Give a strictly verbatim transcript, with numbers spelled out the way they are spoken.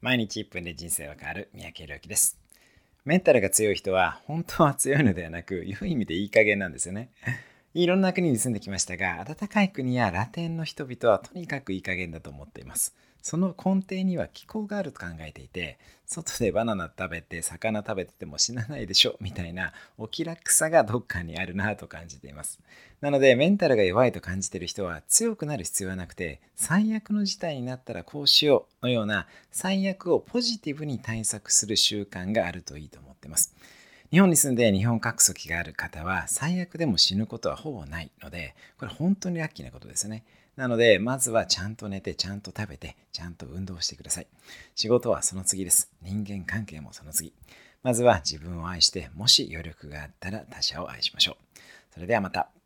毎日いっぷんで人生は変わる三宅宏之です。メンタルが強い人は本当は強いのではなく、良い意味でいい加減なんですよね。いろんな国に住んできましたが、暖かい国やラテンの人々はとにかくいい加減だと思っています。その根底には気候があると考えていて、外でバナナ食べて魚食べてても死なないでしょみたいなお気楽さがどっかにあるなと感じています。なのでメンタルが弱いと感じている人は強くなる必要はなくて、最悪の事態になったらこうしようのような最悪をポジティブに対策する習慣があるといいと思っています。日本に住んで日本国籍がある方は最悪でも死ぬことはほぼないので、これ本当にラッキーなことですよね。なのでまずはちゃんと寝て、ちゃんと食べて、ちゃんと運動してください。仕事はその次です。人間関係もその次。まずは自分を愛して、もし余力があったら他者を愛しましょう。それではまた。